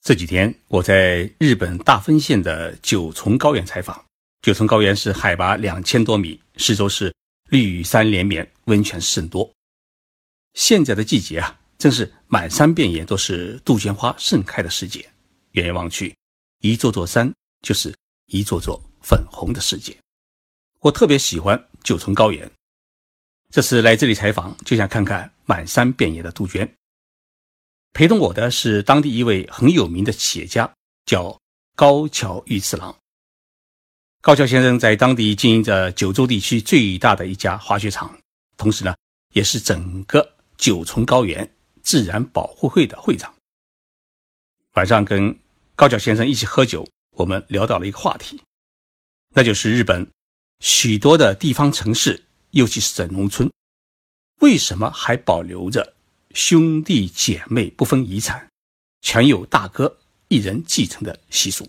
这几天我在日本大分县的九重高原采访。九重高原是海拔2000多米，四周是绿山连绵，温泉甚多。现在的季节正是满山遍野都是杜鹃花盛开的时节。远远望去，一座座山就是一座座粉红的世界。我特别喜欢九重高原，这次来这里采访就想看看满山遍野的杜鹃。陪同我的是当地一位很有名的企业家，叫高桥裕次郎。高桥先生在当地经营着九州地区最大的一家滑雪场，同时也是整个九重高原自然保护会的会长。晚上跟高桥先生一起喝酒，我们聊到了一个话题，那就是日本许多的地方城市，尤其是在农村，为什么还保留着兄弟姐妹不分遗产，全由大哥一人继承的习俗？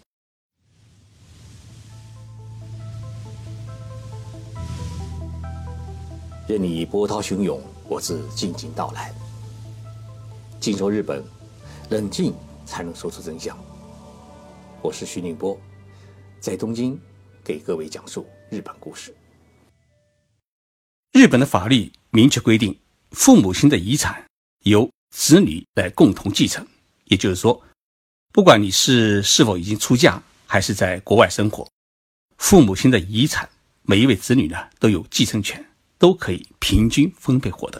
任你波涛汹涌，我自静静到来。静说日本，冷静才能说出真相。我是徐宁波，在东京给各位讲述日本故事。 日本的法律明确规定，父母亲的遗产由子女来共同继承，也就是说，不管你是否已经出嫁，还是在国外生活，父母亲的遗产，每一位子女都有继承权，都可以平均分配获得。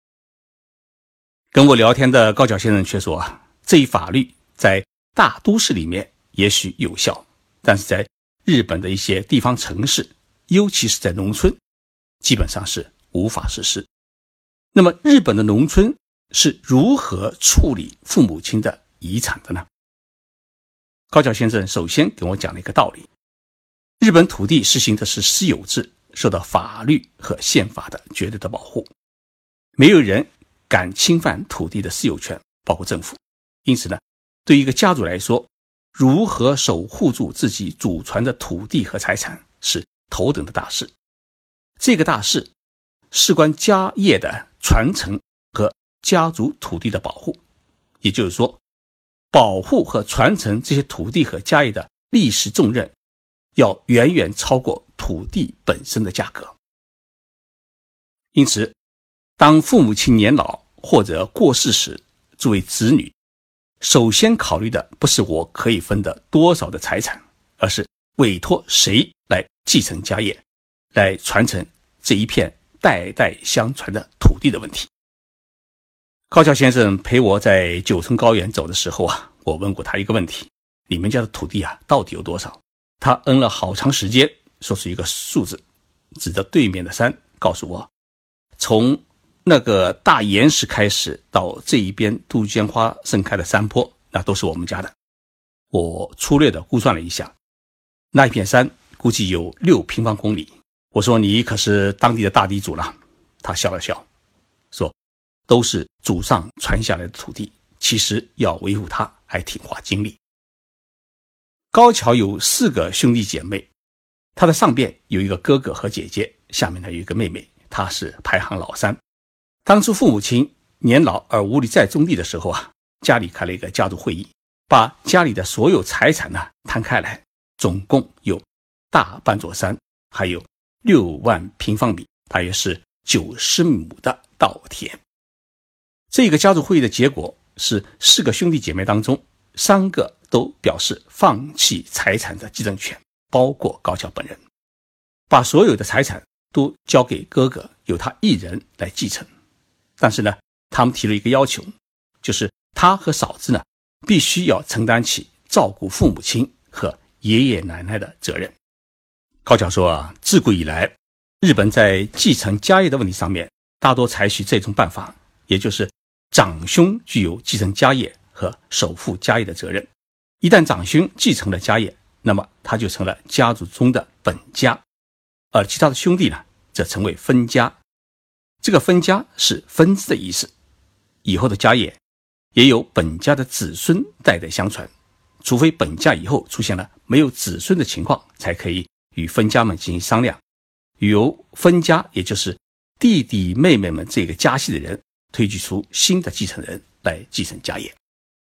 跟我聊天的高桥先生却说这一法律在大都市里面也许有效，但是在日本的一些地方城市，尤其是在农村，基本上是无法实施。那么日本的农村是如何处理父母亲的遗产的呢？高桥先生首先跟我讲了一个道理，日本土地实行的是私有制，受到法律和宪法的绝对的保护，没有人敢侵犯土地的私有权，包括政府。因此对于一个家族来说，如何守护住自己祖传的土地和财产是头等的大事。这个大事事关家业的传承和家族土地的保护，也就是说，保护和传承这些土地和家业的历史重任要远远超过土地本身的价格。因此，当父母亲年老或者过世时，作为子女，首先考虑的不是我可以分得多少的财产，而是委托谁来继承家业，来传承这一片代代相传的土地的问题。高桥先生陪我在九重高原走的时候我问过他一个问题，你们家的土地到底有多少？他嗯了好长时间，说出一个数字，指着对面的山告诉我，从那个大岩石开始到这一边杜鹃花盛开的山坡，那都是我们家的。我粗略的估算了一下，那一片山估计有6平方公里。我说，你可是当地的大地主了。他笑了笑，说都是祖上传下来的土地，其实要维护它还挺花精力。高桥有4个兄弟姐妹，他的上边有一个哥哥和姐姐，下面有一个妹妹，他是排行老3。当初父母亲年老而无力再种地的时候家里开了一个家族会议，把家里的所有财产摊开来，总共有大半座山，还有6万平方米，大约是90亩的稻田。这个家族会议的结果是4个兄弟姐妹当中3个都表示放弃财产的继承权，包括高桥本人，把所有的财产都交给哥哥，由他一人来继承。但是他们提了一个要求，就是他和嫂子必须要承担起照顾父母亲和爷爷奶奶的责任。高桥说自古以来，日本在继承家业的问题上面，大多采取这种办法，也就是长兄具有继承家业和守护家业的责任。一旦长兄继承了家业，那么他就成了家族中的本家，而其他的兄弟则成为分家。这个分家是分支的意思，以后的家业也由本家的子孙代代相传，除非本家以后出现了没有子孙的情况，才可以与分家们进行商量，由分家，也就是弟弟妹妹们这个家系的人推举出新的继承人来继承家业。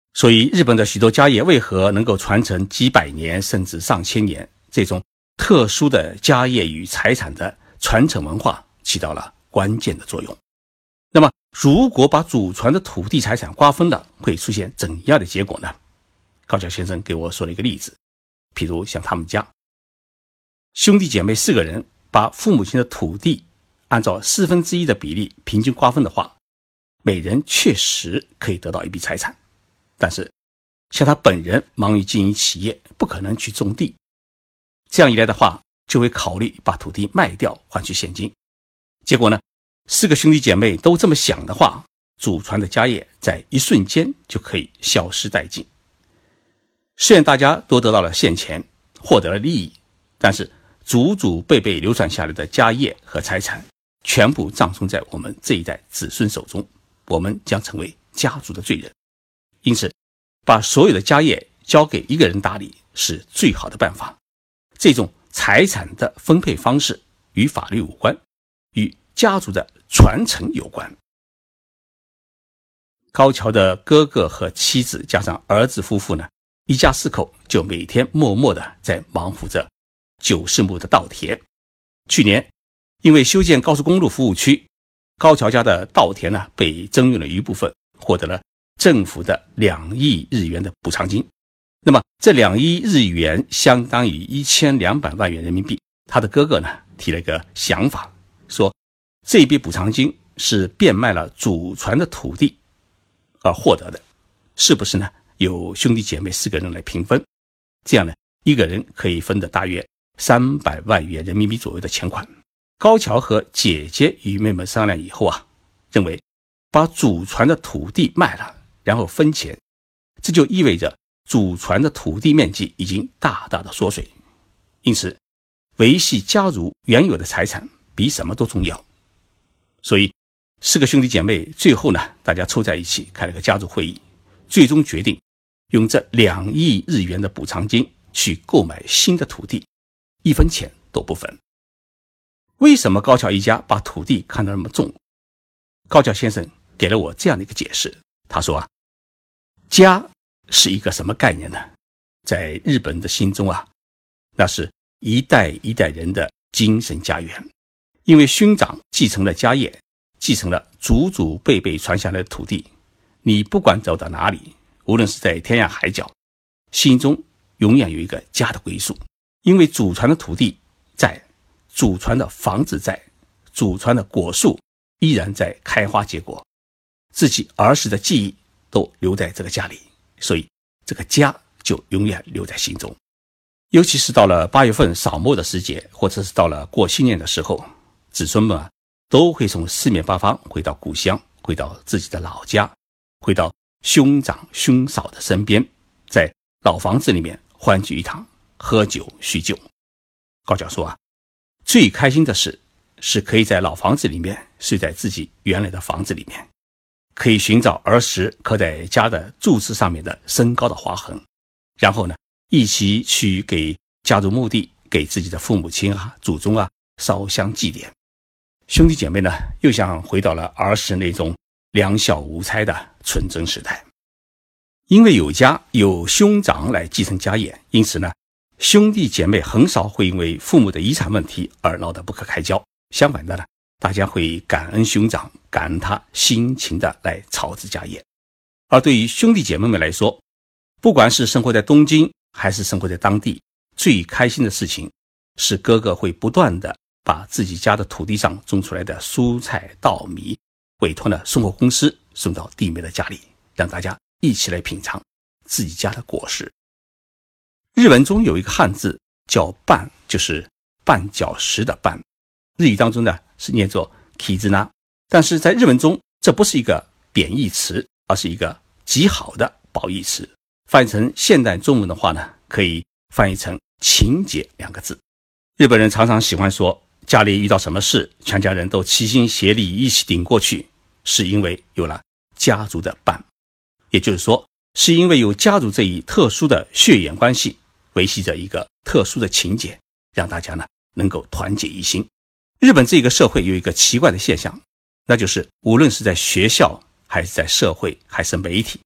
所以日本的许多家业为何能够传承几百年甚至上千年，这种特殊的家业与财产的传承文化起到了关键的作用。那么如果把祖传的土地财产瓜分了，会出现怎样的结果呢？高桥先生给我说了一个例子，譬如像他们家兄弟姐妹4个人把父母亲的土地按照1/4的比例平均瓜分的话，每人确实可以得到一笔财产，但是像他本人忙于经营企业，不可能去种地，这样一来的话，就会考虑把土地卖掉换取现金。结果呢，4个兄弟姐妹都这么想的话，祖传的家业在一瞬间就可以消失殆尽。虽然大家都得到了现钱，获得了利益，但是祖祖辈辈流传下来的家业和财产全部葬送在我们这一代子孙手中，我们将成为家族的罪人。因此把所有的家业交给一个人打理是最好的办法。这种财产的分配方式与法律无关，与家族的传承有关。高桥的哥哥和妻子加上儿子夫妇呢，一家4口就每天默默地在忙活着90亩的稻田。去年因为修建高速公路服务区，高桥家的稻田呢被征用了一部分，获得了政府的2亿日元的补偿金。那么这2亿日元相当于1200万元人民币。他的哥哥呢提了一个想法，说这笔补偿金是变卖了祖传的土地而获得的，是不是呢由兄弟姐妹4个人来平分，这样呢一个人可以分得大约300万元人民币左右的钱款。高桥和姐姐与妹妹商量以后认为把祖传的土地卖了然后分钱，这就意味着祖传的土地面积已经大大的缩水，因此维系家族原有的财产比什么都重要。所以4个兄弟姐妹最后呢，大家凑在一起开了个家族会议，最终决定用这2亿日元的补偿金去购买新的土地，1分钱都不分。为什么高桥一家把土地看得那么重？高桥先生给了我这样的一个解释，他说家是一个什么概念呢？在日本的心中那是一代一代人的精神家园。因为兄长继承了家业，继承了祖祖辈辈传下来的土地，你不管走到哪里，无论是在天涯海角，心中永远有一个家的归宿。因为祖传的土地在，祖传的房子在，祖传的果树依然在开花结果，自己儿时的记忆都留在这个家里，所以这个家就永远留在心中。尤其是到了8月份扫墓的时节，或者是到了过新年的时候，子孙们都会从四面八方回到故乡，回到自己的老家，回到兄长兄嫂的身边，在老房子里面欢聚一堂，喝酒叙旧。高桥说最开心的事是可以在老房子里面睡在自己原来的房子里面，可以寻找儿时刻在家的柱子上面的升高的划痕，然后呢一起去给家族墓地，给自己的父母亲祖宗烧香祭奠。兄弟姐妹呢又像回到了儿时那种两小无猜的纯真时代。因为有家有兄长来继承家业，因此呢兄弟姐妹很少会因为父母的遗产问题而闹得不可开交，相反的呢，大家会感恩兄长，感恩他辛勤的来操持家业。而对于兄弟姐妹们来说，不管是生活在东京还是生活在当地，最开心的事情是哥哥会不断的把自己家的土地上种出来的蔬菜稻米委托了送货公司送到弟妹的家里，让大家一起来品尝自己家的果实。日文中有一个汉字叫绊，就是绊脚石的绊，日语当中呢是念作 kizuna， 但是在日文中这不是一个贬义词，而是一个极好的褒义词。翻译成现代中文的话呢，可以翻译成情结2个字。日本人常常喜欢说家里遇到什么事，全家人都齐心协力一起顶过去，是因为有了家族的绊，也就是说是因为有家族这一特殊的血缘关系，维系着一个特殊的情结，让大家呢能够团结一心。日本这个社会有一个奇怪的现象，那就是无论是在学校还是在社会还是媒体，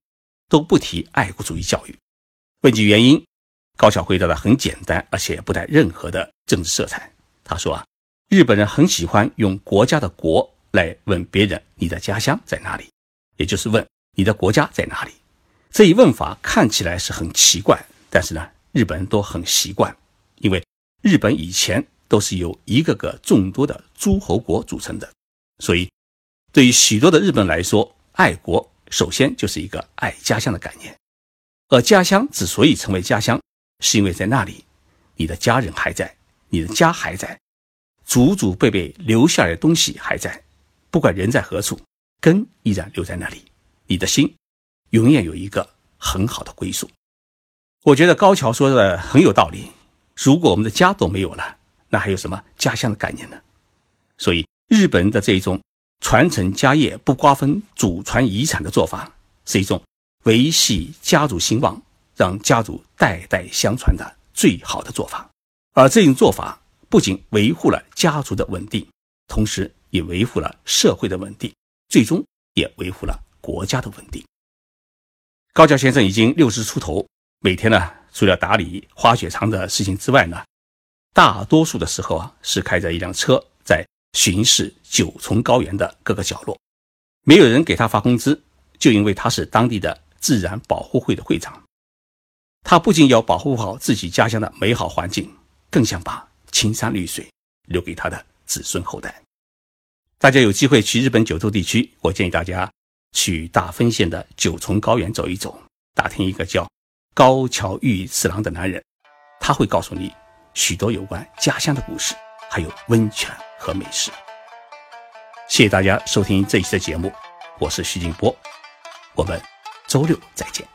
都不提爱国主义教育。问及原因，高桥回答的很简单，而且不带任何的政治色彩。他说日本人很喜欢用国家的国来问别人你的家乡在哪里，也就是问你的国家在哪里。这一问法看起来是很奇怪，但是呢，日本人都很习惯，因为日本以前都是由一个个众多的诸侯国组成的，所以对于许多的日本人来说，爱国首先就是一个爱家乡的概念。而家乡之所以成为家乡，是因为在那里你的家人还在，你的家还在，祖祖辈辈留下来的东西还在，不管人在何处，根依然留在那里，你的心永远有一个很好的归宿。我觉得高桥说的很有道理，如果我们的家都没有了，那还有什么家乡的概念呢？所以日本人的这一种传承家业不瓜分祖传遗产的做法，是一种维系家族兴旺，让家族代代相传的最好的做法。而这种做法不仅维护了家族的稳定，同时也维护了社会的稳定，最终也维护了国家的稳定。高桥先生已经60出头，每天呢，除了打理滑雪场的事情之外呢，大多数的时候是开着一辆车在巡视九重高原的各个角落。没有人给他发工资，就因为他是当地的自然保护会的会长。他不仅要保护好自己家乡的美好环境，更想把青山绿水留给他的子孙后代。大家有机会去日本九州地区，我建议大家去大分县的九重高原走一走，打听一个叫高桥裕次郎的男人，他会告诉你许多有关家乡的故事，还有温泉和美食。谢谢大家收听这一期的节目，我是徐静波，我们周六再见。